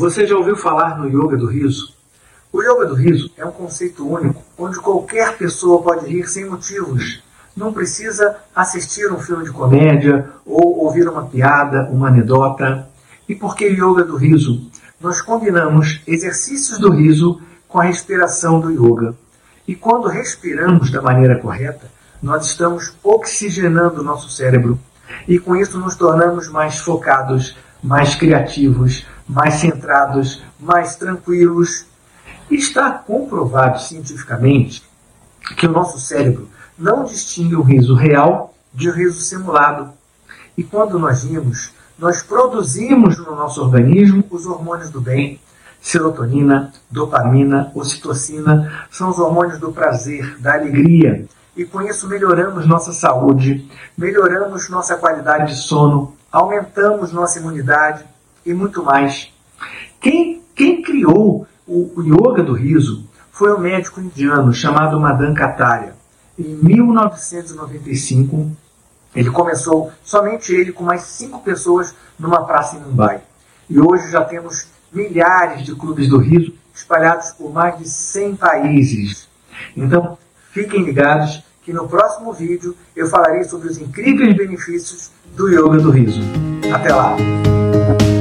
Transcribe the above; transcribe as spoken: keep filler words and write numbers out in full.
Você já ouviu falar no Yoga do Riso? O Yoga do Riso é um conceito único, onde qualquer pessoa pode rir sem motivos. Não precisa assistir um filme de comédia ou ouvir uma piada, uma anedota. E por que Yoga do Riso? Nós combinamos exercícios do riso com a respiração do yoga. E quando respiramos da maneira correta, nós estamos oxigenando o nosso cérebro. E com isso nos tornamos mais focados, mais criativos, mais centrados, mais tranquilos. Está comprovado cientificamente que o nosso cérebro não distingue o riso real de um riso simulado. E quando nós rimos, nós produzimos no nosso organismo os hormônios do bem. Serotonina, dopamina, ocitocina são os hormônios do prazer, da alegria. E com isso melhoramos nossa saúde, melhoramos nossa qualidade de sono, aumentamos nossa imunidade e muito mais. Quem, quem criou o, o Yoga do Riso foi um médico indiano chamado Madan Kataria. Em mil novecentos e noventa e cinco, ele começou, somente ele, com mais cinco pessoas, numa praça em Mumbai. E hoje já temos milhares de clubes do riso espalhados por mais de cem países. Então, fiquem ligados que no próximo vídeo eu falarei sobre os incríveis benefícios do Yoga do Riso. Até lá!